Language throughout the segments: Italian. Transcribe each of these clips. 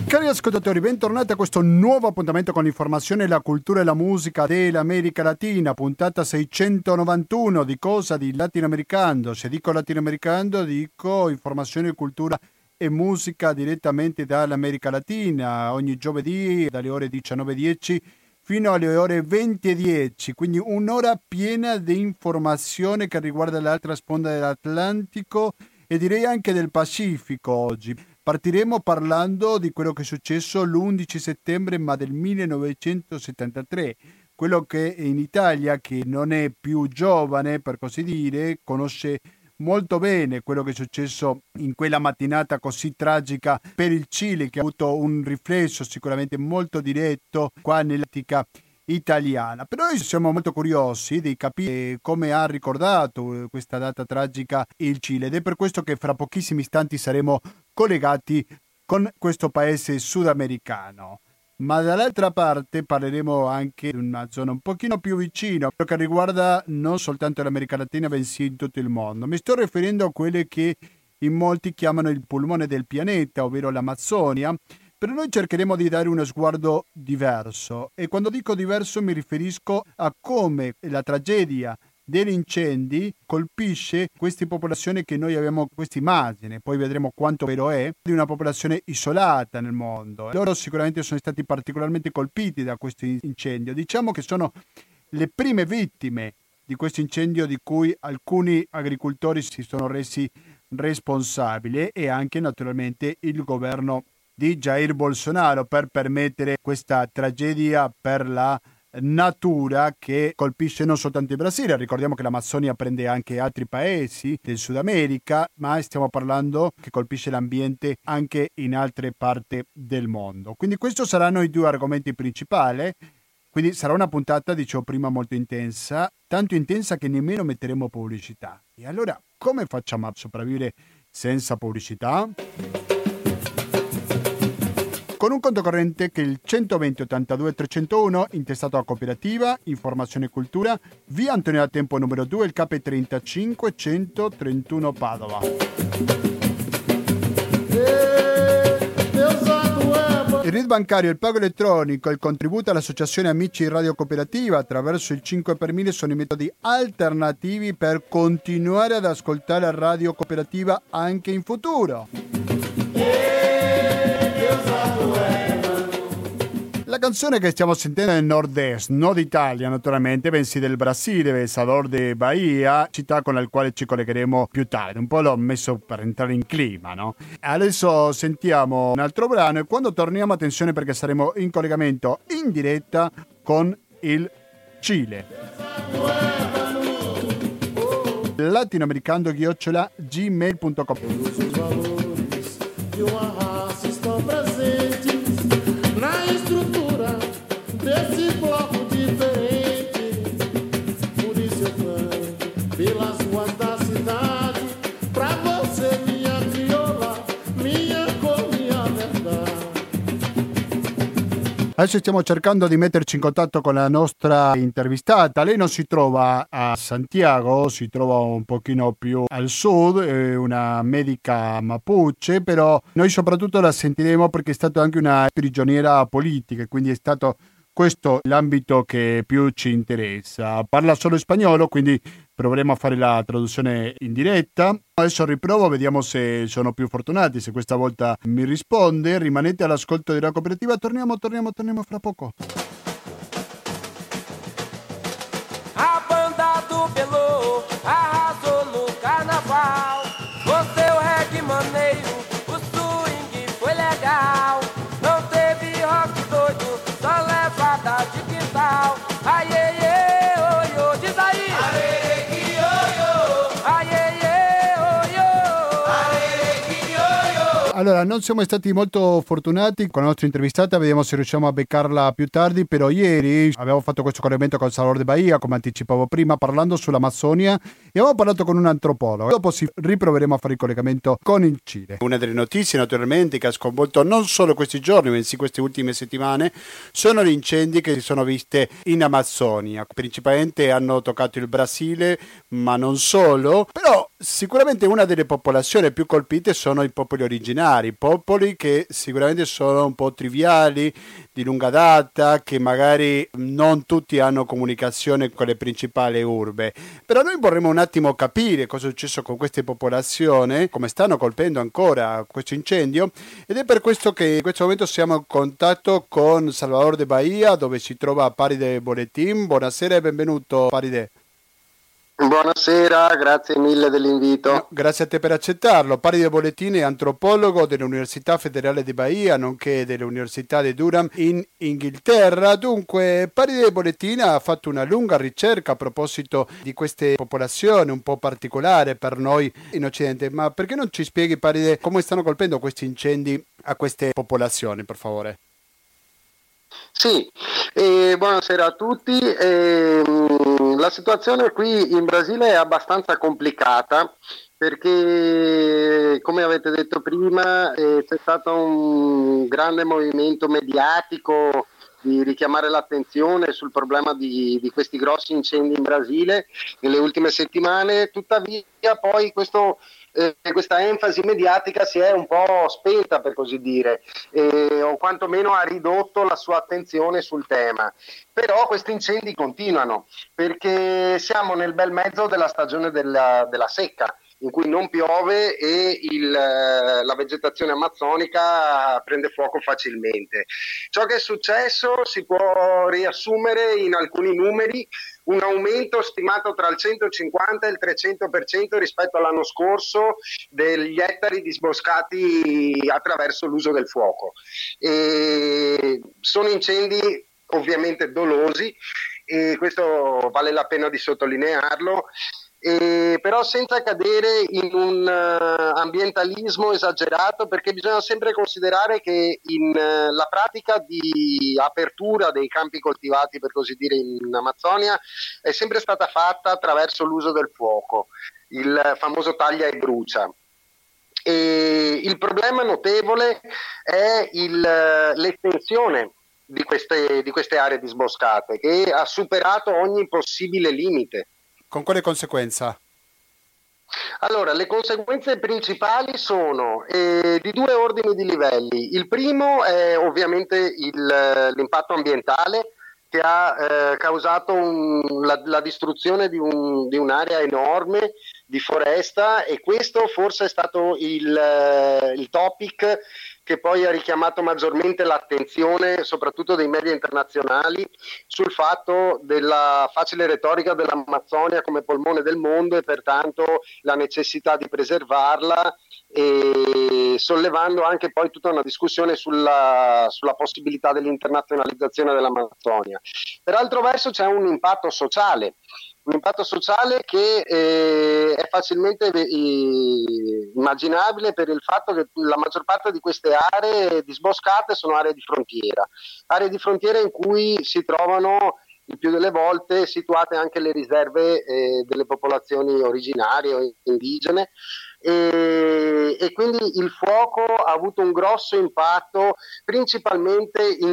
Cari ascoltatori, bentornati a questo nuovo appuntamento con l'informazione, la cultura e la musica dell'America Latina, puntata 691 di cosa? Di latinoamericano. Se dico latinoamericano dico informazione, cultura e musica direttamente dall'America Latina, ogni giovedì dalle ore 19:10 fino alle ore 20:10, quindi un'ora piena di informazione che riguarda l'altra sponda dell'Atlantico e direi anche del Pacifico oggi. Partiremo parlando di quello che è successo l'11 settembre ma del 1973, quello che in Italia, che non è più giovane per così dire, conosce molto bene quello che è successo in quella mattinata così tragica per il Cile, che ha avuto un riflesso sicuramente molto diretto qua nell'Atlantica italiana. Però noi siamo molto curiosi di capire come ha ricordato questa data tragica il Cile ed è per questo che fra pochissimi istanti saremo collegati con questo paese sudamericano. Ma dall'altra parte parleremo anche di una zona un pochino più vicino, che riguarda non soltanto l'America Latina, bensì in tutto il mondo. Mi sto riferendo a quelle che in molti chiamano il polmone del pianeta, ovvero l'Amazzonia. Però noi cercheremo di dare uno sguardo diverso, e quando dico diverso mi riferisco a come la tragedia degli incendi colpisce queste popolazioni che noi abbiamo questa immagine, poi vedremo quanto vero è, di una popolazione isolata nel mondo. Loro sicuramente sono stati particolarmente colpiti da questo incendio. Diciamo che sono le prime vittime di questo incendio di cui alcuni agricoltori si sono resi responsabili e anche naturalmente il governo di Jair Bolsonaro per permettere questa tragedia per la natura che colpisce non soltanto il Brasile. Ricordiamo che l'Amazzonia prende anche altri paesi del Sud America, ma stiamo parlando che colpisce l'ambiente anche in altre parti del mondo. Quindi questi saranno i due argomenti principali. Quindi sarà una puntata, dicevo prima, molto intensa, tanto intensa che nemmeno metteremo pubblicità. E allora come facciamo a sopravvivere senza pubblicità? Con un conto corrente che è il 120 82 301, intestato a Cooperativa, Informazione e Cultura, via Antonio da Tempo numero 2, il KP 35 131 Padova. Il RID bancario, il pago elettronico e il contributo all'Associazione Amici Radio Cooperativa attraverso il 5 per 1000 sono i metodi alternativi per continuare ad ascoltare la Radio Cooperativa anche in futuro. La canzone che stiamo sentendo è nel nord-est, non d'Italia naturalmente, bensì del Brasile, Salvador de Bahia, città con la quale ci collegheremo più tardi. Un po' l'ho messo per entrare in clima, no? Adesso sentiamo un altro brano e quando torniamo, attenzione perché saremo in collegamento in diretta con il Cile. latinoamericando@gmail.com. Desse bloco diferente, por isso eu canto pelas ruas da cidade, pra você minha crioula, minha cor, minha verdade. Adesso stiamo cercando di metterci in contatto con la nostra intervistata. Lei non si trova a Santiago, si trova un pochino più al sud, è una medica mapuche, però noi soprattutto la sentiremo perché è stata anche una prigioniera politica, quindi è stato questo l'ambito che più ci interessa. Parla solo spagnolo, quindi proveremo a fare la traduzione in diretta. Adesso riprovo, vediamo se sono più fortunati, se questa volta mi risponde. Rimanete all'ascolto della cooperativa, torniamo fra poco. A banda do Belô arrasou no carnaval. Com seu reggae maneiro, o swing foi legal. Não teve rock doido, só levada de quintal. Ai, ai, ai, oi, oi, diz aí. Ai, que oi, ai, ai, oi, oi. Allora, non siamo stati molto fortunati con la nostra intervistata, vediamo se riusciamo a beccarla più tardi, però ieri abbiamo fatto questo collegamento con Salvador de Bahia, come anticipavo prima, parlando sull'Amazzonia, e abbiamo parlato con un antropologo. Dopo riproveremo a fare il collegamento con il Cile. Una delle notizie naturalmente che ha sconvolto non solo questi giorni, bensì queste ultime settimane, sono gli incendi che si sono viste in Amazzonia. Principalmente hanno toccato il Brasile, ma non solo, però Sicuramente una delle popolazioni più colpite sono i popoli originari, popoli che sicuramente sono un po' triviali, di lunga data, che magari non tutti hanno comunicazione con le principali urbe. Però noi vorremmo un attimo capire cosa è successo con queste popolazioni, come stanno colpendo ancora questo incendio, ed è per questo che in questo momento siamo in contatto con Salvador de Bahia, dove si trova Paride Boletín. Buonasera e benvenuto, Paride. Buonasera, grazie mille dell'invito. No, grazie a te per accettarlo. Paride Boletín è antropologo dell'Università Federale di Bahia, nonché dell'Università di Durham in Inghilterra. Dunque, Paride Boletín ha fatto una lunga ricerca a proposito di queste popolazioni, un po' particolare per noi in Occidente. Ma perché non ci spieghi, Paride, come stanno colpendo questi incendi a queste popolazioni, per favore? Sì, buonasera a tutti. La situazione qui in Brasile è abbastanza complicata perché, come avete detto prima, c'è stato un grande movimento mediatico di richiamare l'attenzione sul problema di questi grossi incendi in Brasile nelle ultime settimane. Tuttavia poi questa enfasi mediatica si è un po' spenta, per così dire, o quantomeno ha ridotto la sua attenzione sul tema. Però questi incendi continuano perché siamo nel bel mezzo della stagione della secca, in cui non piove e la vegetazione amazzonica prende fuoco facilmente. Ciò che è successo si può riassumere in alcuni numeri: un aumento stimato tra il 150 e il 300% rispetto all'anno scorso degli ettari disboscati attraverso l'uso del fuoco. Sono incendi ovviamente dolosi, e questo vale la pena di sottolinearlo, però senza cadere in un ambientalismo esagerato, perché bisogna sempre considerare che la pratica di apertura dei campi coltivati, per così dire, in Amazzonia è sempre stata fatta attraverso l'uso del fuoco, il famoso taglia e brucia. E il problema notevole è l'estensione di queste aree disboscate, che ha superato ogni possibile limite. Con quale conseguenza? Allora, le conseguenze principali sono di due ordini di livelli. Il primo è ovviamente l'impatto ambientale, che ha causato la distruzione di un'area enorme di foresta, e questo forse è stato il topic che poi ha richiamato maggiormente l'attenzione soprattutto dei media internazionali sul fatto della facile retorica dell'Amazzonia come polmone del mondo, e pertanto la necessità di preservarla, e sollevando anche poi tutta una discussione sulla possibilità dell'internazionalizzazione dell'Amazzonia. Per altro verso c'è un impatto sociale che è facilmente immaginabile, per il fatto che la maggior parte di queste aree disboscate sono aree di frontiera in cui si trovano il più delle volte situate anche le riserve delle popolazioni originarie o indigene, e quindi il fuoco ha avuto un grosso impatto principalmente in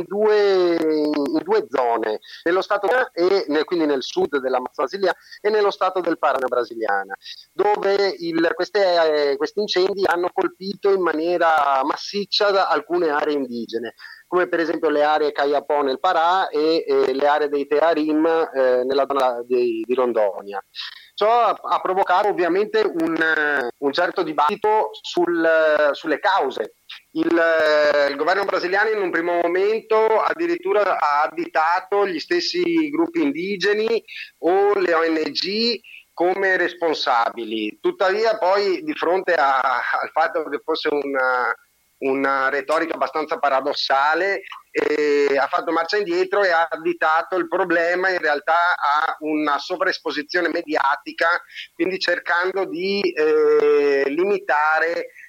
due zone, nello stato quindi nel sud dell'Amazzonia brasiliana e nello stato del Parana brasiliana, dove questi incendi hanno colpito in maniera massiccia alcune aree indigene, come per esempio le aree Caiapó nel Parà e le aree dei Tearim nella zona di Rondonia. Ciò ha provocato ovviamente un certo dibattito sulle cause. Il governo brasiliano in un primo momento addirittura ha additato gli stessi gruppi indigeni o le ONG come responsabili. Tuttavia poi, di fronte al fatto che fosse una retorica abbastanza paradossale, ha fatto marcia indietro e ha additato il problema in realtà a una sovraesposizione mediatica, quindi cercando di limitare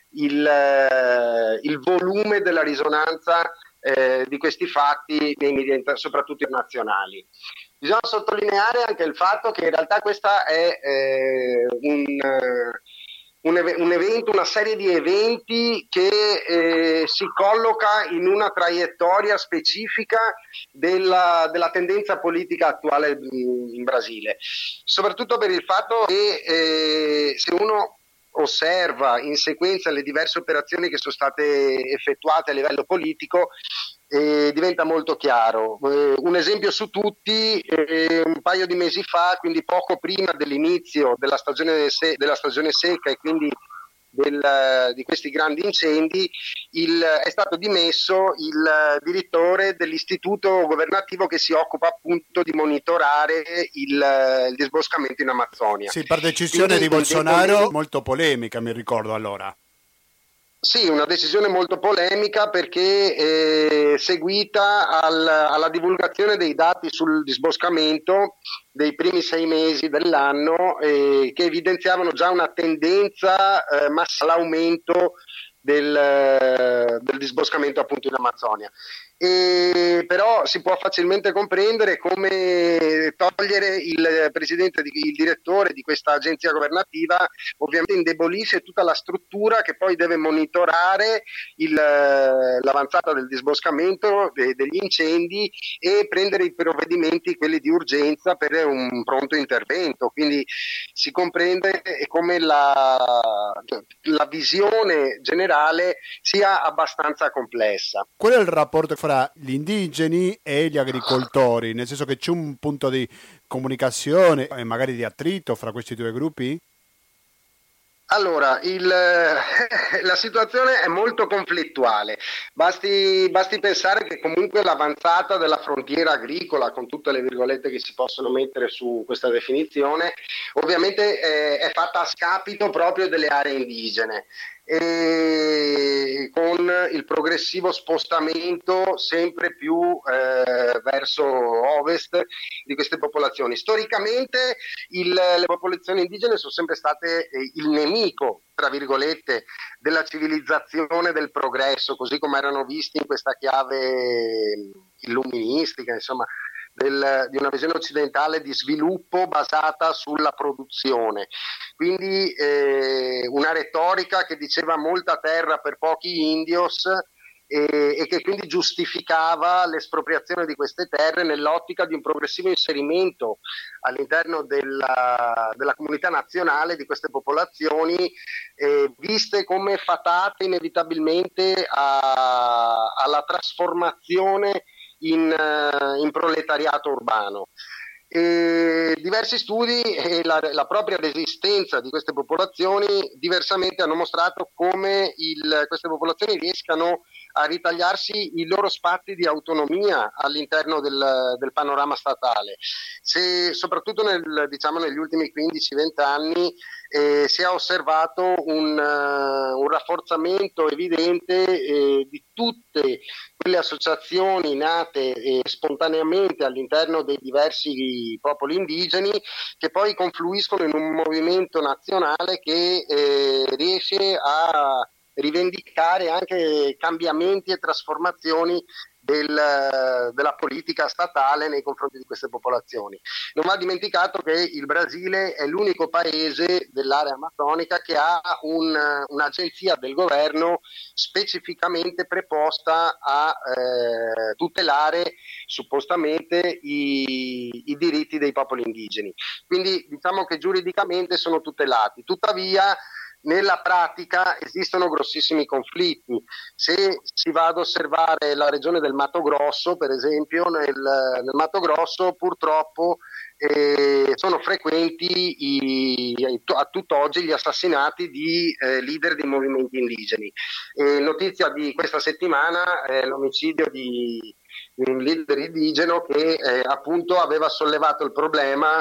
il volume della risonanza di questi fatti nei media, soprattutto nazionali. Bisogna sottolineare anche il fatto che in realtà questa è un evento, una serie di eventi che si colloca in una traiettoria specifica della tendenza politica attuale in Brasile, soprattutto per il fatto che se uno osserva in sequenza le diverse operazioni che sono state effettuate a livello politico, diventa molto chiaro. Un esempio su tutti, un paio di mesi fa, quindi poco prima dell'inizio della stagione secca e quindi di questi grandi incendi, è stato dimesso il direttore dell'istituto governativo che si occupa appunto di monitorare il disboscamento in Amazzonia. Sì, per decisione di Bolsonaro, molto polemica, mi ricordo allora. Sì, una decisione molto polemica perché seguita alla divulgazione dei dati sul disboscamento dei primi 6 mesi dell'anno, che evidenziavano già una tendenza all'aumento del disboscamento appunto in Amazzonia. Però si può facilmente comprendere come togliere il direttore di questa agenzia governativa ovviamente indebolisce tutta la struttura che poi deve monitorare l'avanzata del disboscamento, degli incendi, e prendere i provvedimenti, quelli di urgenza, per un pronto intervento. Quindi si comprende come la visione generale sia abbastanza complessa. Qual è il rapporto fra gli indigeni e gli agricoltori? Nel senso che c'è un punto di comunicazione e magari di attrito fra questi due gruppi? Allora, la situazione è molto conflittuale. Basti pensare che comunque l'avanzata della frontiera agricola, con tutte le virgolette che si possono mettere su questa definizione, ovviamente è fatta a scapito proprio delle aree indigene, e con il progressivo spostamento sempre più verso ovest di queste popolazioni. Storicamente le popolazioni indigene sono sempre state il nemico, tra virgolette, della civilizzazione, del progresso, così come erano visti in questa chiave illuministica, insomma, di una visione occidentale di sviluppo basata sulla produzione. Quindi una retorica che diceva molta terra per pochi indios, e che quindi giustificava l'espropriazione di queste terre nell'ottica di un progressivo inserimento all'interno della comunità nazionale di queste popolazioni, viste come fatate inevitabilmente alla trasformazione in proletariato urbano. Diversi studi e la propria resistenza di queste popolazioni diversamente hanno mostrato come queste popolazioni riescano a ritagliarsi i loro spazi di autonomia all'interno del panorama statale. Soprattutto negli ultimi 15-20 anni si è osservato un rafforzamento evidente di tutte quelle associazioni nate spontaneamente all'interno dei diversi popoli indigeni, che poi confluiscono in un movimento nazionale che riesce a rivendicare anche cambiamenti e trasformazioni della politica statale nei confronti di queste popolazioni. Non va dimenticato che il Brasile è l'unico paese dell'area amazzonica che ha un'agenzia del governo specificamente preposta a tutelare suppostamente i diritti dei popoli indigeni. Quindi diciamo che giuridicamente sono tutelati. Tuttavia nella pratica esistono grossissimi conflitti. Se si va ad osservare la regione del Mato Grosso, per esempio, nel Mato Grosso purtroppo sono frequenti a tutt'oggi gli assassinati di leader dei movimenti indigeni. Notizia di questa settimana è l'omicidio di un leader indigeno che appunto aveva sollevato il problema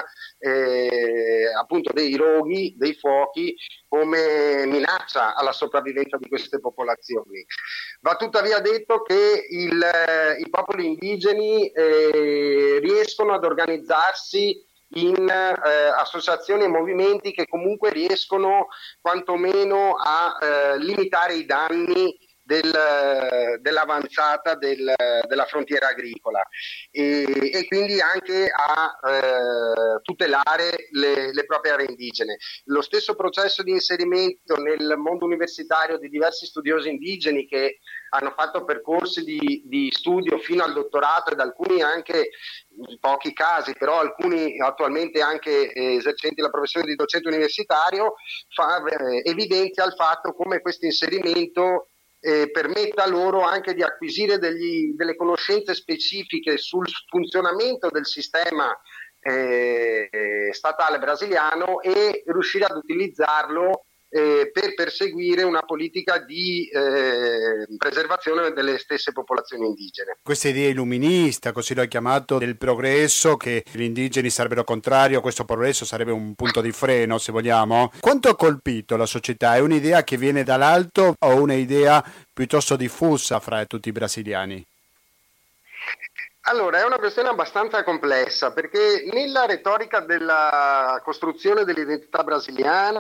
appunto dei roghi, dei fuochi, come minaccia alla sopravvivenza di queste popolazioni. Va tuttavia detto che i popoli indigeni riescono ad organizzarsi in associazioni e movimenti che comunque riescono quantomeno a limitare i danni dell'avanzata della frontiera agricola e quindi anche a tutelare le proprie aree indigene. Lo stesso processo di inserimento nel mondo universitario di diversi studiosi indigeni che hanno fatto percorsi di studio fino al dottorato ed alcuni anche, in pochi casi, però alcuni attualmente anche esercenti la professione di docente universitario, evidenzia il fatto come questo inserimento permetta loro anche di acquisire delle conoscenze specifiche sul funzionamento del sistema statale brasiliano e riuscire ad utilizzarlo per perseguire una politica di preservazione delle stesse popolazioni indigene. Questa idea illuminista, così l'ho chiamato, del progresso, che gli indigeni sarebbero contrari a questo progresso, sarebbe un punto di freno, se vogliamo. Quanto ha colpito la società? È un'idea che viene dall'alto o un'idea piuttosto diffusa fra tutti i brasiliani? Allora, è una questione abbastanza complessa perché nella retorica della costruzione dell'identità brasiliana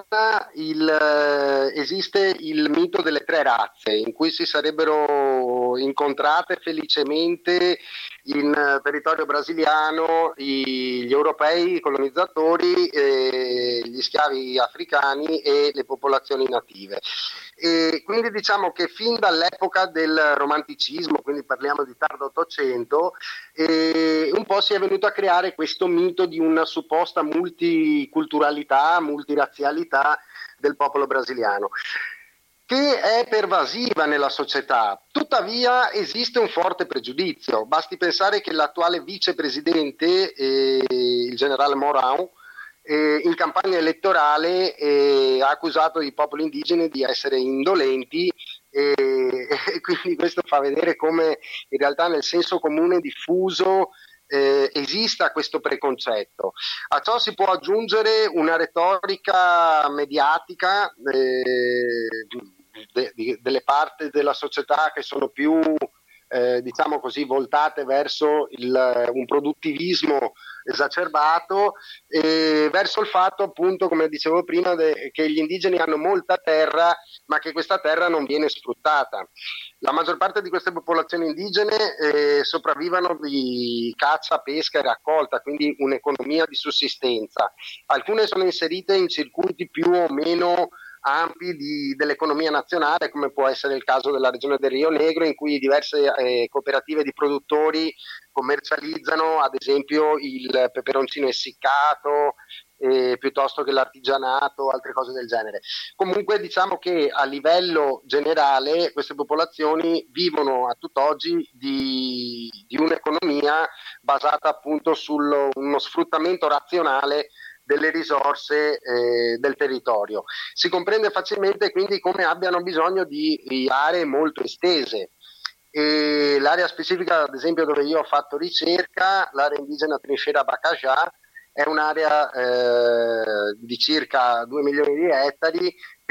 esiste il mito delle tre razze in cui si sarebbero incontrate felicemente in territorio brasiliano gli europei, i colonizzatori, gli schiavi africani e le popolazioni native. E quindi diciamo che fin dall'epoca del romanticismo, quindi parliamo di tardo Ottocento, un po' si è venuto a creare questo mito di una supposta multiculturalità, multirazzialità del popolo brasiliano, che è pervasiva nella società. Tuttavia esiste un forte pregiudizio. Basti pensare che l'attuale vicepresidente, il generale Mourão, in campagna elettorale ha accusato i popoli indigeni di essere indolenti e quindi questo fa vedere come in realtà nel senso comune diffuso esista questo preconcetto. A ciò si può aggiungere una retorica mediatica delle parti della società che sono più diciamo così voltate verso un produttivismo esacerbato e verso il fatto, appunto, come dicevo prima, che gli indigeni hanno molta terra ma che questa terra non viene sfruttata. La maggior parte di queste popolazioni indigene sopravvivono di caccia, pesca e raccolta, quindi un'economia di sussistenza. Alcune sono inserite in circuiti più o meno ampi dell'economia nazionale, come può essere il caso della regione del Rio Negro, in cui diverse cooperative di produttori commercializzano ad esempio il peperoncino essiccato piuttosto che l'artigianato, altre cose del genere. Comunque diciamo che a livello generale queste popolazioni vivono a tutt'oggi di un'economia basata appunto su uno sfruttamento razionale delle risorse del territorio. Si comprende facilmente quindi come abbiano bisogno di aree molto estese. E l'area specifica, ad esempio, dove io ho fatto ricerca, l'area indigena Trinchera Bacajá, è un'area di circa 2 milioni di ettari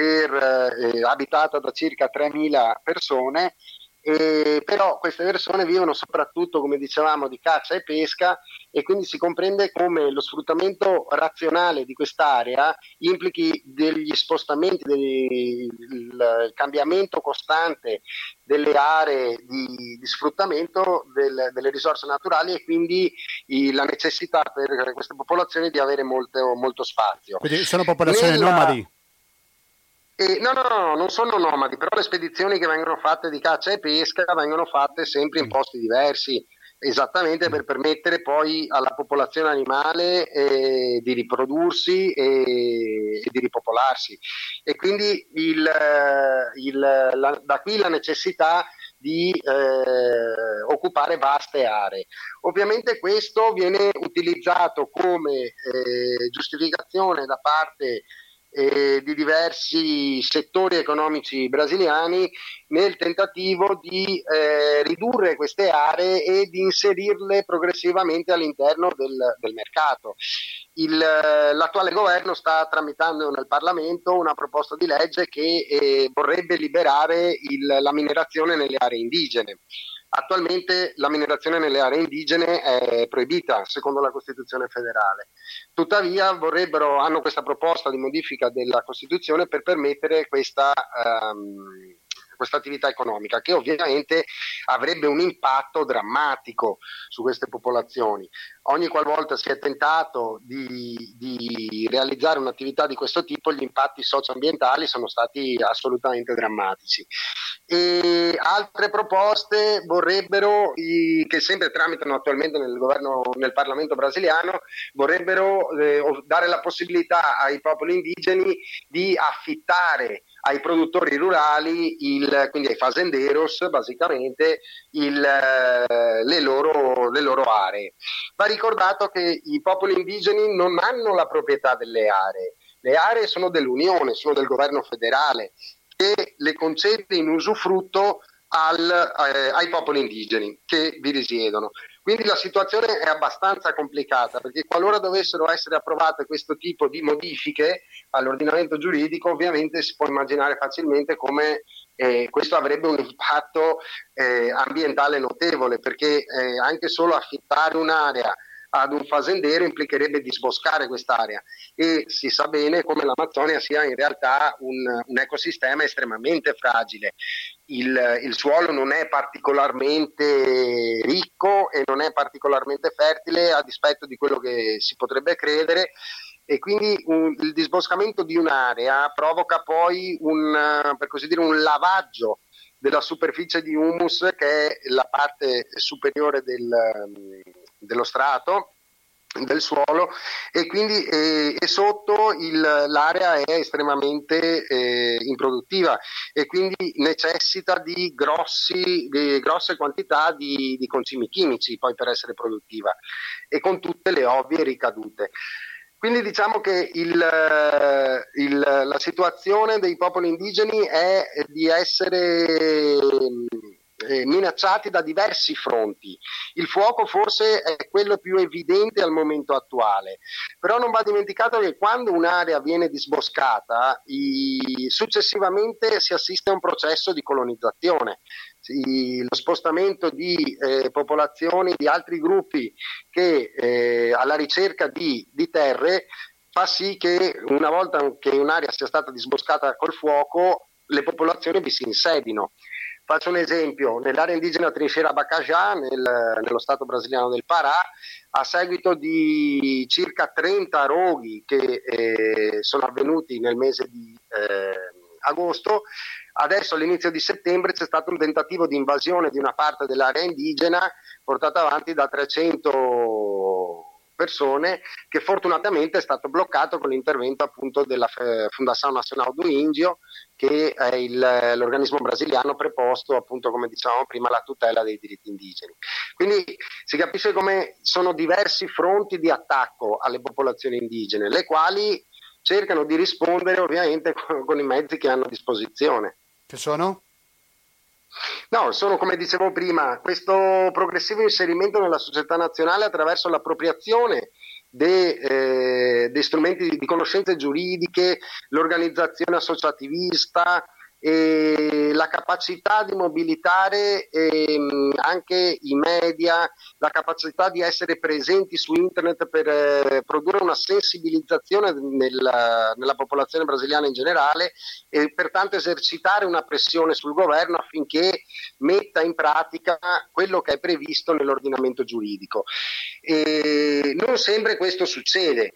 abitata da circa 3.000 persone. Però queste persone vivono soprattutto, come dicevamo, di caccia e pesca e quindi si comprende come lo sfruttamento razionale di quest'area implichi degli spostamenti, il cambiamento costante delle aree di sfruttamento delle risorse naturali e quindi la necessità per queste popolazioni di avere molto spazio. Quindi sono popolazioni nomadi? No, non sono nomadi, però le spedizioni che vengono fatte di caccia e pesca vengono fatte sempre in posti diversi, esattamente per permettere poi alla popolazione animale di riprodursi e di ripopolarsi. E quindi da qui la necessità di occupare vaste aree. Ovviamente questo viene utilizzato come giustificazione da parte di diversi settori economici brasiliani nel tentativo di ridurre queste aree e di inserirle progressivamente all'interno del mercato. L'attuale governo sta tramitando nel Parlamento una proposta di legge che vorrebbe liberare la minerazione nelle aree indigene. Attualmente la minerazione nelle aree indigene è proibita secondo la Costituzione federale. Tuttavia hanno questa proposta di modifica della Costituzione per permettere questa questa attività economica, che ovviamente avrebbe un impatto drammatico su queste popolazioni. Ogni qualvolta si è tentato di realizzare un'attività di questo tipo, gli impatti socioambientali sono stati assolutamente drammatici. E altre proposte vorrebbero, che sempre tramitano attualmente nel governo, nel Parlamento brasiliano, vorrebbero dare la possibilità ai popoli indigeni di affittare ai produttori rurali, quindi ai fazenderos, basicamente le loro aree. Va ricordato che i popoli indigeni non hanno la proprietà delle aree. Le aree sono dell'Unione, sono del governo federale, che le concede in usufrutto ai popoli indigeni che vi risiedono. Quindi la situazione è abbastanza complicata, perché qualora dovessero essere approvate questo tipo di modifiche all'ordinamento giuridico, ovviamente si può immaginare facilmente come questo avrebbe un impatto ambientale notevole, perché anche solo affittare un'area ad un fazendero implicherebbe disboscare quest'area, e si sa bene come l'Amazzonia sia in realtà un ecosistema estremamente fragile. Il suolo non è particolarmente ricco e non è particolarmente fertile, a dispetto di quello che si potrebbe credere, e quindi il disboscamento di un'area provoca poi per così dire, un lavaggio della superficie di humus, che è la parte superiore dello strato del suolo, e quindi sotto l'area è estremamente improduttiva, e quindi necessita di grosse quantità di concimi chimici poi per essere produttiva, e con tutte le ovvie ricadute. Quindi diciamo che la situazione dei popoli indigeni è di essere minacciati da diversi fronti. Il fuoco forse è quello più evidente al momento attuale, però non va dimenticato che quando un'area viene disboscata, successivamente si assiste a un processo di colonizzazione. Lo spostamento di popolazioni di altri gruppi che alla ricerca di terre fa sì che, una volta che un'area sia stata disboscata col fuoco, le popolazioni vi si insedino. Faccio un esempio: nell'area indigena Trinchera Bacajá, nello stato brasiliano del Pará, a seguito di circa 30 roghi che sono avvenuti nel mese di agosto, adesso all'inizio di settembre c'è stato un tentativo di invasione di una parte dell'area indigena portata avanti da 300 persone, che fortunatamente è stato bloccato con l'intervento appunto della Fundação Nacional do Índio, che è l'organismo brasiliano preposto, appunto, come dicevamo prima, alla tutela dei diritti indigeni. Quindi si capisce come sono diversi fronti di attacco alle popolazioni indigene, le quali cercano di rispondere ovviamente con i mezzi che hanno a disposizione. Che sono? No, sono, come dicevo prima, questo progressivo inserimento nella società nazionale attraverso l'appropriazione dei strumenti di conoscenze giuridiche, l'organizzazione associativista e la capacità di mobilitare anche i media, la capacità di essere presenti su internet per produrre una sensibilizzazione nella popolazione brasiliana in generale, e pertanto esercitare una pressione sul governo affinché metta in pratica quello che è previsto nell'ordinamento giuridico. E non sempre questo succede.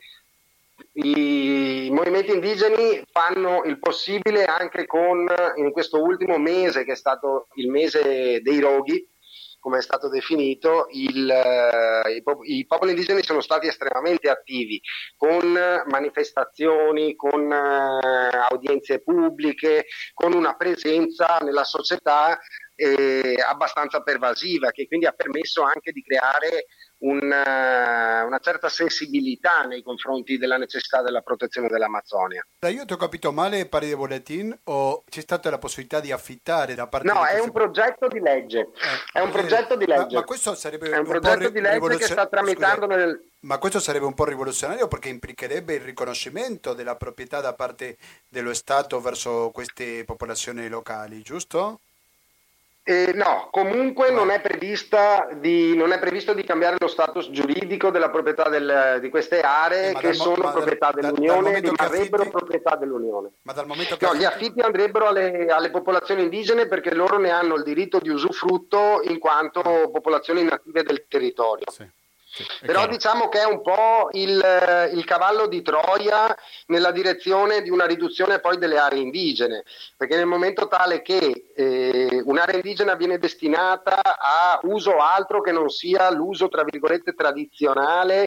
I movimenti indigeni fanno il possibile anche in questo ultimo mese, che è stato il mese dei roghi, come è stato definito. I popoli indigeni sono stati estremamente attivi, con manifestazioni, con audienze pubbliche, con una presenza nella società abbastanza pervasiva, che quindi ha permesso anche di creare una certa sensibilità nei confronti della necessità della protezione dell'Amazzonia. Io ti ho capito male, pari di Boletin, o c'è stata la possibilità di affittare da parte No, di è un progetto di legge. È un progetto di legge. Ma questo sarebbe è un progetto di legge che sta tramitando Ma questo sarebbe un po' rivoluzionario, perché implicherebbe il riconoscimento della proprietà da parte dello Stato verso queste popolazioni locali, giusto? No, comunque non è previsto di cambiare lo status giuridico della proprietà di queste aree che sono proprietà dell'Unione, rimarrebbero proprietà dell'unione. Ma dal momento che No, gli affitti andrebbero alle popolazioni indigene perché loro ne hanno il diritto di usufrutto in quanto popolazioni native del territorio. Sì, però chiaro. diciamo che è un po' il cavallo di Troia nella direzione di una riduzione poi delle aree indigene, perché nel momento tale che un'area indigena viene destinata a uso altro che non sia l'uso tra virgolette tradizionale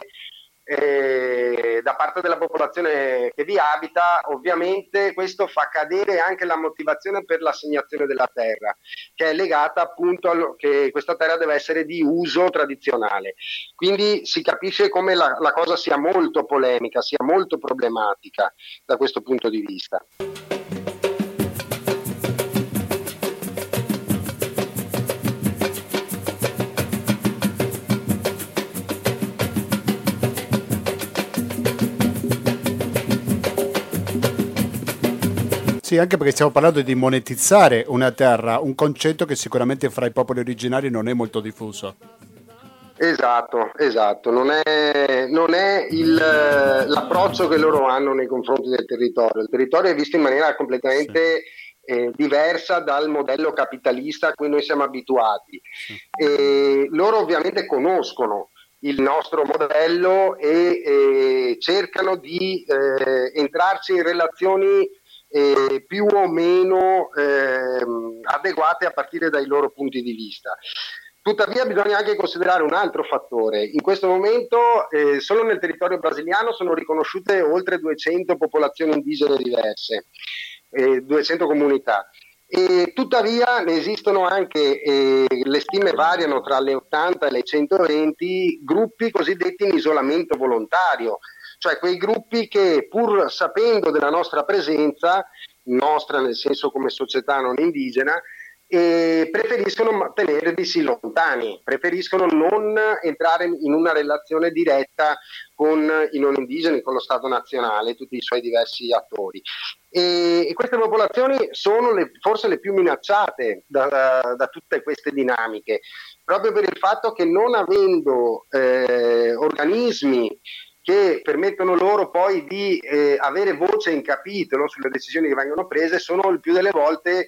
da parte della popolazione che vi abita, ovviamente questo fa cadere anche la motivazione per l'assegnazione della terra, che è legata appunto che questa terra deve essere di uso tradizionale. Quindi si capisce come la cosa sia molto polemica, sia molto problematica da questo punto di vista. Sì, anche perché stiamo parlando di monetizzare una terra, un concetto che sicuramente fra i popoli originari non è molto diffuso. Esatto, non è l'approccio che loro hanno nei confronti del territorio. Il territorio è visto in maniera completamente diversa dal modello capitalista a cui noi siamo abituati. E loro ovviamente conoscono il nostro modello e cercano di entrarci in relazioni più o meno adeguate a partire dai loro punti di vista. Tuttavia bisogna anche considerare un altro fattore. In questo momento solo nel territorio brasiliano sono riconosciute oltre 200 popolazioni indigene diverse, 200 comunità. E tuttavia ne esistono anche, le stime variano tra le 80 e le 120 gruppi cosiddetti in isolamento volontario, cioè quei gruppi che pur sapendo della nostra presenza, nostra nel senso come società non indigena, preferiscono tenersi lontani, preferiscono non entrare in una relazione diretta con i non indigeni, con lo Stato nazionale, tutti i suoi diversi attori. E queste popolazioni sono forse le più minacciate da tutte queste dinamiche, proprio per il fatto che non avendo organismi che permettono loro poi di avere voce in capitolo sulle decisioni che vengono prese, sono il più delle volte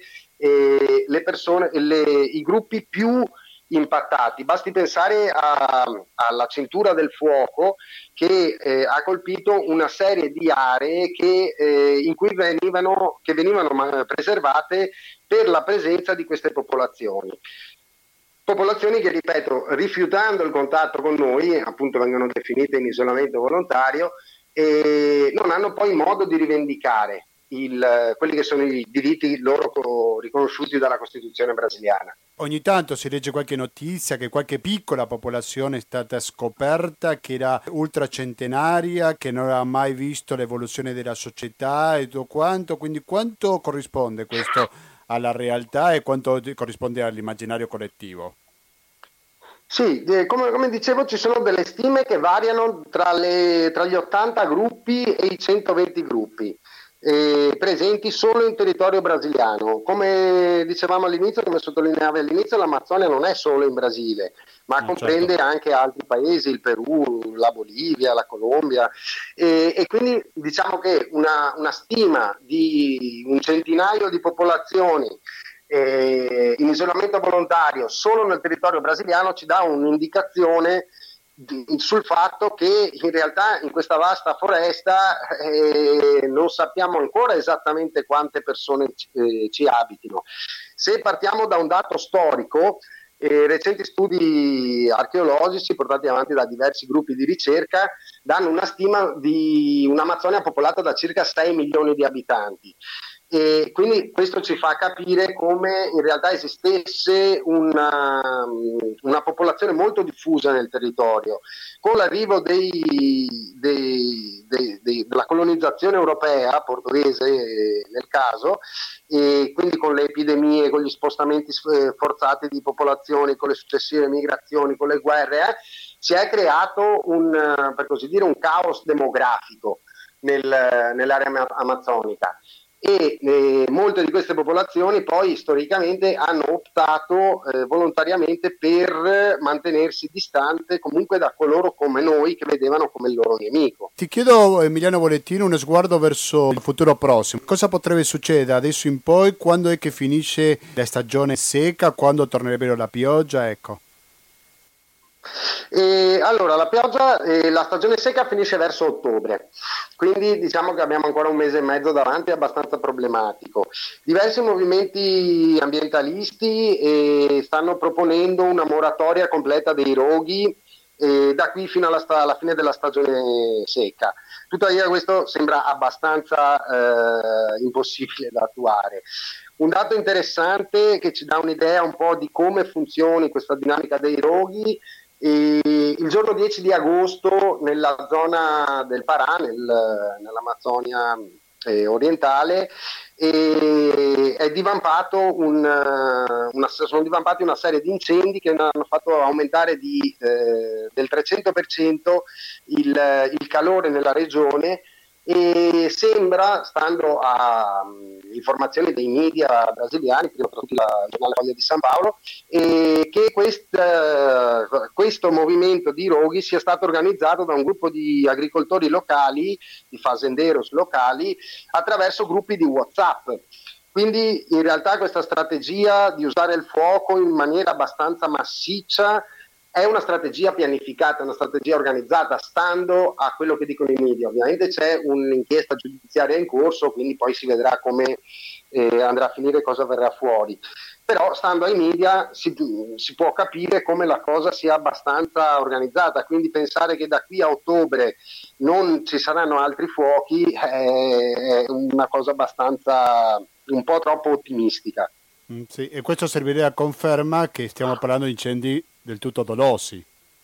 le persone, i gruppi più impattati. Basti pensare alla cintura del fuoco che ha colpito una serie di aree in cui venivano preservate per la presenza di queste popolazioni. Popolazioni che, ripeto, rifiutando il contatto con noi, appunto vengono definite in isolamento volontario, e non hanno poi modo di rivendicare quelli che sono i diritti loro riconosciuti dalla Costituzione brasiliana. Ogni tanto si legge qualche notizia che qualche piccola popolazione è stata scoperta, che era ultracentenaria, che non aveva mai visto l'evoluzione della società e tutto quanto, quindi quanto corrisponde questo alla realtà e quanto corrisponde all'immaginario collettivo? Sì, come dicevo ci sono delle stime che variano tra gli 80 gruppi e i 120 gruppi presenti solo in territorio brasiliano. Come dicevamo all'inizio, come sottolineavi all'inizio, l'Amazzonia non è solo in Brasile, ma comprende anche altri paesi, il Perù, la Bolivia, la Colombia, e quindi diciamo che una stima di un centinaio di popolazioni in isolamento volontario solo nel territorio brasiliano ci dà un'indicazione sul fatto che in realtà in questa vasta foresta non sappiamo ancora esattamente quante persone ci abitino. Se partiamo da un dato storico, recenti studi archeologici portati avanti da diversi gruppi di ricerca danno una stima di un'Amazzonia popolata da circa 6 milioni di abitanti. E quindi questo ci fa capire come in realtà esistesse una popolazione molto diffusa nel territorio. Con l'arrivo della colonizzazione europea, portoghese nel caso, e quindi con le epidemie, con gli spostamenti forzati di popolazioni, con le successive migrazioni, con le guerre, si è creato per così dire, un caos demografico nell'area amazzonica. e molte di queste popolazioni poi storicamente hanno optato volontariamente per mantenersi distante comunque da coloro come noi che vedevano come il loro nemico. Ti chiedo, Emiliano Bolettino, uno sguardo verso il futuro prossimo. Cosa potrebbe succedere adesso in poi? Quando è che finisce la stagione secca? Quando tornerebbero la pioggia? Ecco. Allora, la stagione secca finisce verso ottobre, quindi diciamo che abbiamo ancora un mese e mezzo davanti, abbastanza problematico. Diversi movimenti ambientalisti stanno proponendo una moratoria completa dei roghi da qui fino alla fine della stagione secca. Tuttavia questo sembra abbastanza impossibile da attuare. Un dato interessante che ci dà un'idea un po' di come funzioni questa dinamica dei roghi: il giorno 10 di agosto nella zona del Pará, nell'Amazzonia orientale, sono divampati una serie di incendi che hanno fatto aumentare del 300% il calore nella regione, e sembra, stando a informazioni dei media brasiliani, prima tra tutti la giornale Foglia di San Paolo, che questo movimento di roghi sia stato organizzato da un gruppo di agricoltori locali, di fazenderos locali, attraverso gruppi di WhatsApp. Quindi in realtà questa strategia di usare il fuoco in maniera abbastanza massiccia è una strategia pianificata, una strategia organizzata, stando a quello che dicono i media. Ovviamente c'è un'inchiesta giudiziaria in corso, quindi poi si vedrà come andrà a finire, cosa verrà fuori. Però stando ai media si può capire come la cosa sia abbastanza organizzata, quindi pensare che da qui a ottobre non ci saranno altri fuochi è una cosa abbastanza, un po' troppo ottimistica. Sì, e questo servirebbe a conferma che stiamo parlando di incendi del tutto dolosi.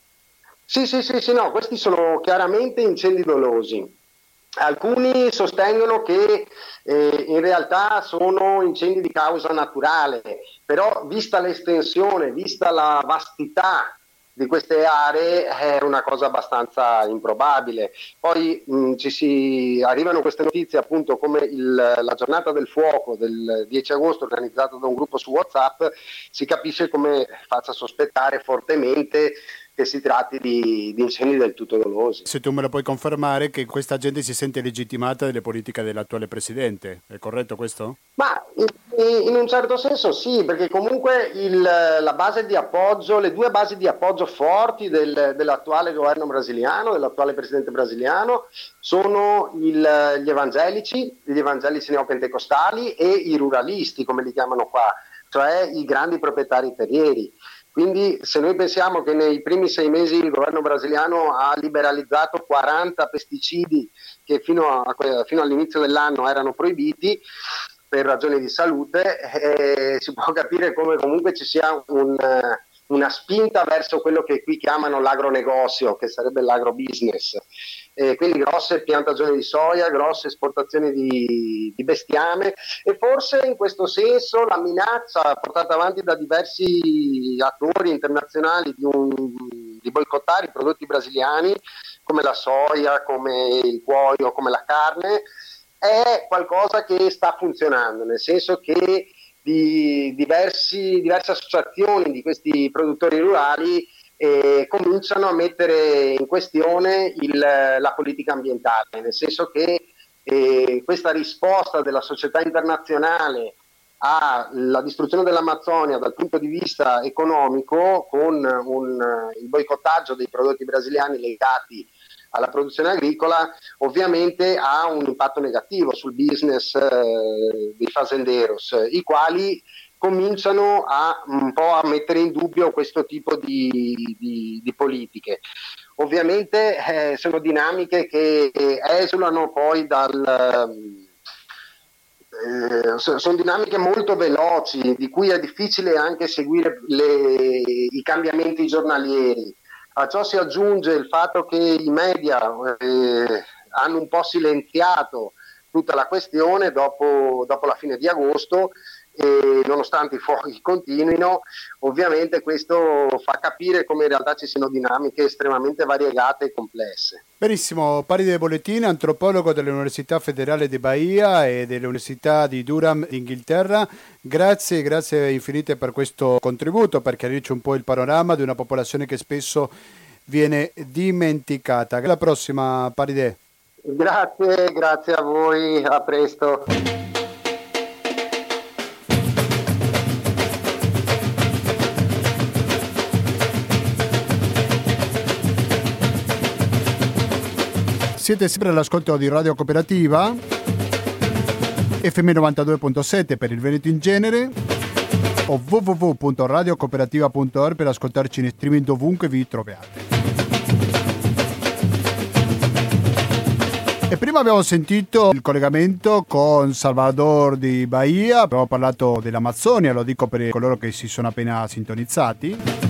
Sì, no, questi sono chiaramente incendi dolosi. Alcuni sostengono che in realtà sono incendi di causa naturale, però vista l'estensione, vista la vastità di queste aree, è una cosa abbastanza improbabile. Poi arrivano queste notizie, appunto, come la giornata del fuoco del 10 agosto organizzata da un gruppo su WhatsApp, si capisce come faccia sospettare fortemente che si tratti di incendi del tutto dolosi. Se tu me lo puoi confermare che questa gente si sente legittimata delle politiche dell'attuale presidente, è corretto questo? Ma in un certo senso sì, perché comunque la base di appoggio, le due basi di appoggio forti dell'attuale governo brasiliano, dell'attuale presidente brasiliano, sono gli evangelici neopentecostali e i ruralisti, come li chiamano qua, cioè i grandi proprietari terrieri. Quindi se noi pensiamo che nei primi 6 mesi il governo brasiliano ha liberalizzato 40 pesticidi che fino all'inizio dell'anno erano proibiti per ragioni di salute, si può capire come comunque ci sia una spinta verso quello che qui chiamano l'agronegozio, che sarebbe l'agrobusiness. Quindi grosse piantagioni di soia, grosse esportazioni di bestiame, e forse in questo senso la minaccia portata avanti da diversi attori internazionali di boicottare i prodotti brasiliani, come la soia, come il cuoio, come la carne, è qualcosa che sta funzionando, nel senso che diverse associazioni di questi produttori rurali cominciano a mettere in questione la politica ambientale, nel senso che questa risposta della società internazionale alla distruzione dell'Amazzonia dal punto di vista economico, con il boicottaggio dei prodotti brasiliani legati alla produzione agricola, ovviamente ha un impatto negativo sul business dei fazenderos, i quali cominciano un po' a mettere in dubbio questo tipo di politiche. Ovviamente sono dinamiche che esulano poi sono dinamiche molto veloci, di cui è difficile anche seguire i cambiamenti giornalieri. A ciò si aggiunge il fatto che i media hanno un po' silenziato tutta la questione dopo la fine di agosto, e nonostante i fuochi continuino, ovviamente questo fa capire come in realtà ci siano dinamiche estremamente variegate e complesse. Benissimo, Paride Bollettin, antropologo dell'Università Federale di Bahia e dell'Università di Durham d'Inghilterra. Grazie infinite per questo contributo, per chiarirci un po' il panorama di una popolazione che spesso viene dimenticata. Alla prossima, Paride. Grazie a voi, a presto. Siete sempre all'ascolto di Radio Cooperativa, FM 92.7 per il Veneto in genere, o www.radiocooperativa.org per ascoltarci in streaming dovunque vi troviate. E prima abbiamo sentito il collegamento con Salvador di Bahia, abbiamo parlato dell'Amazzonia, lo dico per coloro che si sono appena sintonizzati.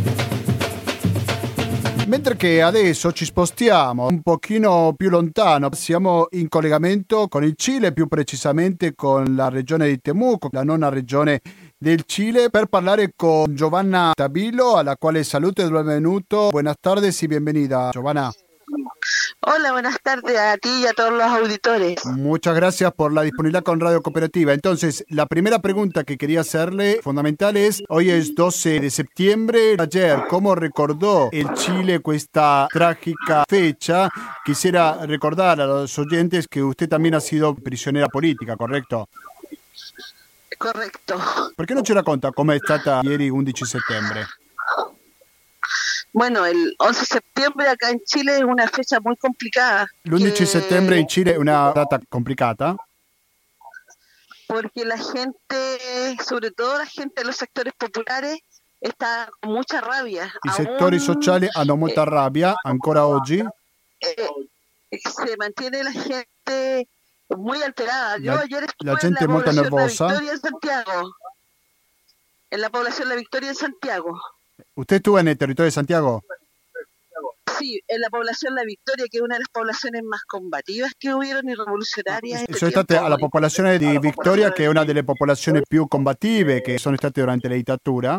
Mentre che adesso ci spostiamo un pochino più lontano, siamo in collegamento con il Cile, più precisamente con la regione di Temuco, la nona regione del Cile, per parlare con Giovanna Tabilo, alla quale saluto e benvenuto. Buenas tardes y bienvenida, Giovanna. Hola, buenas tardes a ti y a todos los auditores. Muchas gracias por la disponibilidad con Radio Cooperativa. Entonces, la primera pregunta que quería hacerle fundamental es, hoy es 12 de septiembre, ayer, ¿cómo recordó el Chile esta trágica fecha? Quisiera recordar a los oyentes que usted también ha sido prisionera política, ¿correcto? Correcto. Perché non ci racconta com'è stata ieri 11 settembre? Bueno, el 11 de septiembre acá en Chile es una fecha muy complicada. L'11 settembre in Cile è una data complicata? Porque la gente, sobre todo la gente de los sectores populares, está con mucha rabia. I settori sociali hanno molta rabbia, ancora oggi. Se mantiene la gente muy alterada. Yo ayer estuve la gente en la molto población nervosa. La Victoria en Santiago. En la población La Victoria en Santiago. ¿Usted estuvo en el territorio de Santiago? Sí, en la población La Victoria, che è una delle popolazioni más combativas che hubieron y revolucionarias. Sono state alla popolazione di Victoria, che è una delle popolazioni più combattive che sono state durante la dittatura.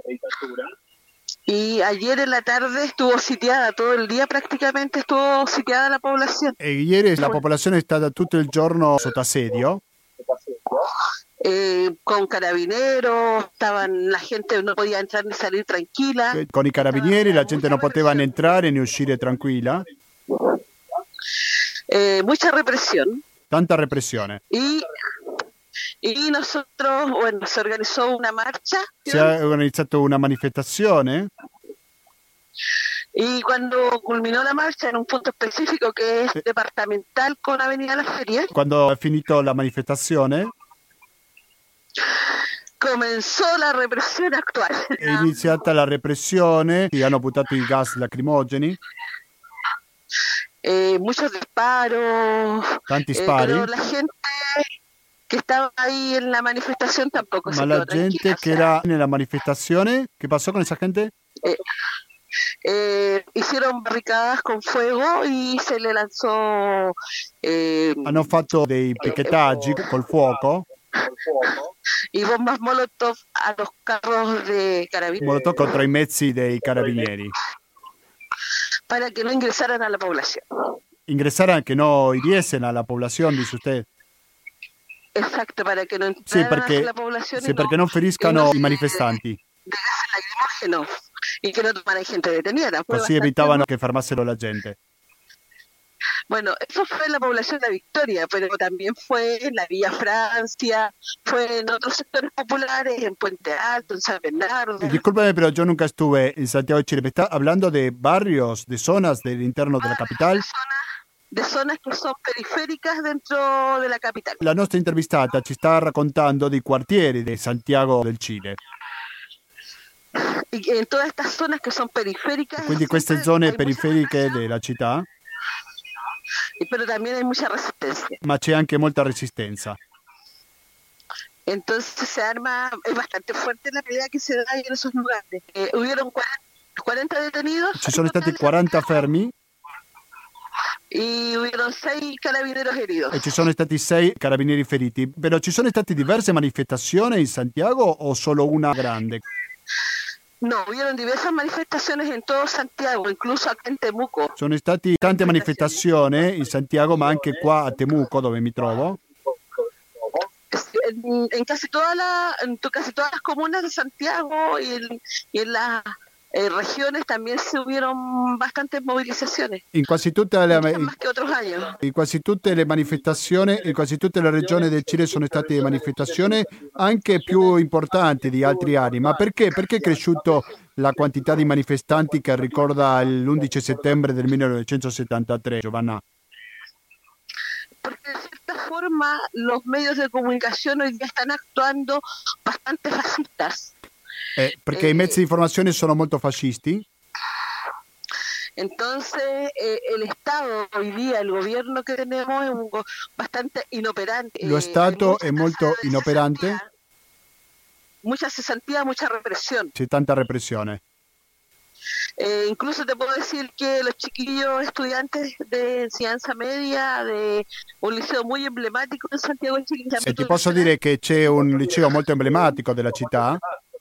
Y ayer en la tarde estuvo sitiada, todo el día prácticamente estuvo sitiada la población. E ieri la popolazione è stata tutto il giorno sotto assedio. Con carabineros, la gente no podía entrar ni salir tranquila. Con i carabinieri la gente non poteva né entrare né uscire tranquilla. Mucha represión. Tanta repressione. Y nosotros, bueno, se organizó una marcha. Si è organizzato una manifestazione. Y cuando culminó la marcha en un punto específico que es departamental con Avenida La Feria. Quando è finito la manifestazione. Comenzó la repressione attuale. È iniziata la repressione, si hanno buttato i gas lacrimogeni. Muchos disparos. Tanti spari. Pero la gente che stava ahí en la manifestación tampoco Ma la gente che era nella manifestazione, che passò con esa gente? Hicieron barricadas con fuego y se le lanzó. Hanno fatto dei picchettaggi col fuoco. Y bombas molotov a los carros de carabinieri. Molotov contro i mezzi dei carabinieri. Para que no ingresaran a la población. Ingresaran, che no hiriesen a la población, dice usted. Esatto, para que no entraran a la población. Sì, perché non feriscano i manifestanti. De gas lacrimógeno y que no tomaran gente detenida. Così evitavano che fermassero la gente. Bueno, eso fue en la población de La Victoria, pero también fue en la Villa Francia, fue en otros sectores populares, en Puente Alto, en San Bernardo. Discúlpeme, pero yo nunca estuve en Santiago de Chile. ¿Me está hablando de barrios, de zonas del interno de la capital? De zonas che sono periféricas dentro della capitale. La nostra intervistata ci sta raccontando dei quartieri di Santiago del Cile. Y en todas estas zonas que son periféricas. Quindi queste zone periferiche della città. Pero también hay mucha resistencia. Ma c'è anche molta resistenza. Entonces se arma, es bastante fuerte la pelea que se da en esos lugares. Hubieron 40 detenidos. Ci sono stati 40 fermi. y hubieron 6 carabineros heridos. E ci sono stati 6 carabinieri feriti. Però ci sono state diverse manifestazioni in Santiago o solo una grande? No, hubieron diversas manifestaciones en todo Santiago, incluso acá en Temuco. Sono state tante manifestazioni in Santiago, ma anche qua a Temuco, dove mi trovo. En casi todas las comunas de Santiago y en las regiones también se hubieron bastantes movilizaciones. In quasi tutte le, Más que otros años. in quasi tutte le manifestazioni, in quasi tutte le regioni del Cile sono state manifestazioni anche più importanti di altri anni. Ma perché? Perché è cresciuto la quantità di manifestanti che ricorda l'11 settembre del 1973, Giovanna? Porque de cierta forma los medios de comunicación hoy día están actuando bastante fascistas. Perché i mezzi di informazione sono molto fascisti? Entonces, el Estado hoy día, el gobierno que tenemos es bastante inoperante. Lo Stato è molto tasas de inoperante, cesantía, mucha cesantía, mucha represión. c'è tanta repressione. Incluso te puedo decir que los chiquillos estudiantes de enseñanza media de un liceo muy emblemático en Santiago de Chile, E ti posso dire che c'è un liceo molto emblematico della città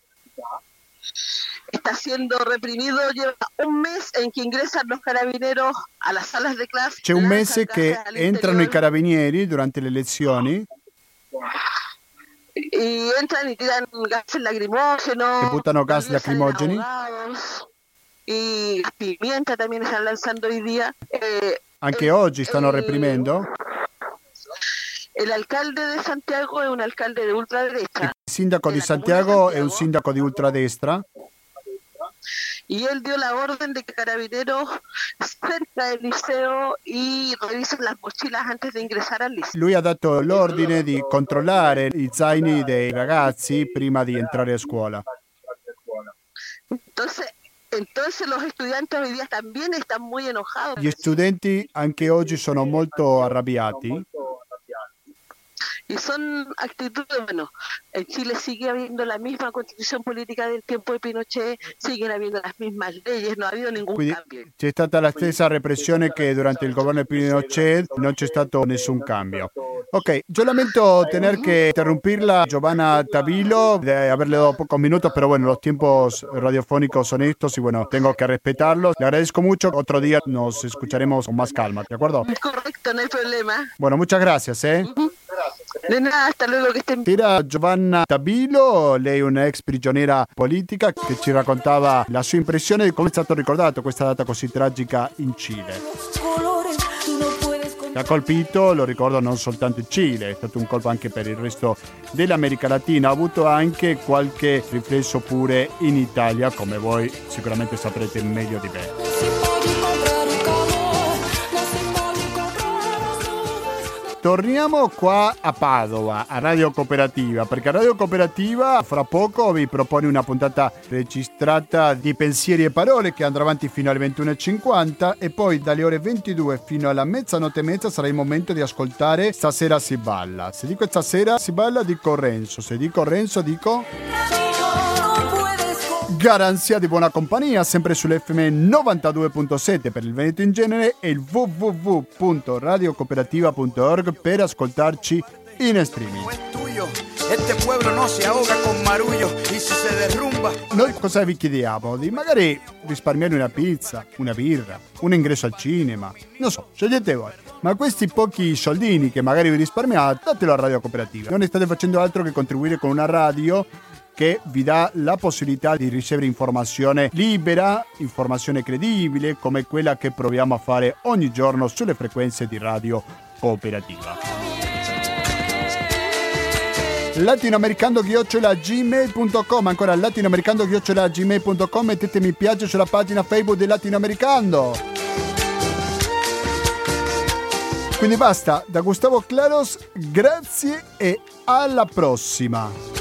está siendo reprimido, lleva un mes en que ingresan los carabineros a las salas de clase. C'è un lanzan mese che gases al entrano i interior carabinieri durante le lezioni y entran y tiran gases lacrimógenos, e buttano gas bebidas lacrimogeni. ahogados, y gas pimienta también están lanzando hoy día. Anche oggi stanno reprimendo. El alcalde de Santiago es un alcalde de ultraderecha. Il sindaco di Santiago è un sindaco di ultradestra Y él dio la orden de que carabineros cerca del liceo y revisen las mochilas antes de ingresar al liceo. Lui ha dato l'ordine di controllare i zaini dei ragazzi prima di entrare a scuola. Entonces los estudiantes hoy día también están muy enojados. Gli studenti anche oggi sono molto arrabbiati. Y son actitudes, bueno, en Chile sigue habiendo la misma constitución política del tiempo de Pinochet, siguen habiendo las mismas leyes, no ha habido ningún Quindi cambio. c'è stata la stessa repressione che durante il governo di Pinochet, non c'è stato nessun cambio. Ok, yo lamento tener que interrumpirla, Giovanna Tavilo, de haberle dado pocos minutos, pero bueno, los tiempos radiofónicos son estos y bueno, tengo que respetarlos. Le agradezco mucho, otro día nos escucharemos con más calma, ¿de acuerdo? Correcto, no hay problema. Bueno, muchas gracias, De nada, hasta luego, que estén bien. Era Giovanna Tabilo, lei è una ex prigioniera politica che ci raccontava la sua impressione di come è stato ricordato questa data così tragica in Cile. Che ha colpito, lo ricordo, non soltanto il Cile, è stato un colpo anche per il resto dell'America Latina, ha avuto anche qualche riflesso pure in Italia, come voi sicuramente saprete meglio di me. Torniamo qua a Padova, a Radio Cooperativa, perché Radio Cooperativa fra poco vi propone una puntata registrata di pensieri e parole che andrà avanti fino alle 21:50 e poi dalle ore 22 fino alla mezzanotte e mezza sarà il momento di ascoltare Stasera si balla. Se dico stasera si balla dico Renzo, se dico Renzo dico garanzia di buona compagnia, sempre sull'FM 92.7 per il Veneto in genere e il www.radiocooperativa.org per ascoltarci in streaming. Noi cosa vi chiediamo? Di magari risparmiare una pizza, una birra, un ingresso al cinema, non so, scegliete voi. Ma questi pochi soldini che magari vi risparmiate, datelo a Radio Cooperativa. Non state facendo altro che contribuire con una radio che vi dà la possibilità di ricevere informazione libera, informazione credibile, come quella che proviamo a fare ogni giorno sulle frequenze di Radio Cooperativa. latinoamericando@gmail.com, ancora latinoamericando@gmail.com, mettete mi piace sulla pagina Facebook del Latinoamericando. Quindi basta, da Gustavo Claros, grazie e alla prossima.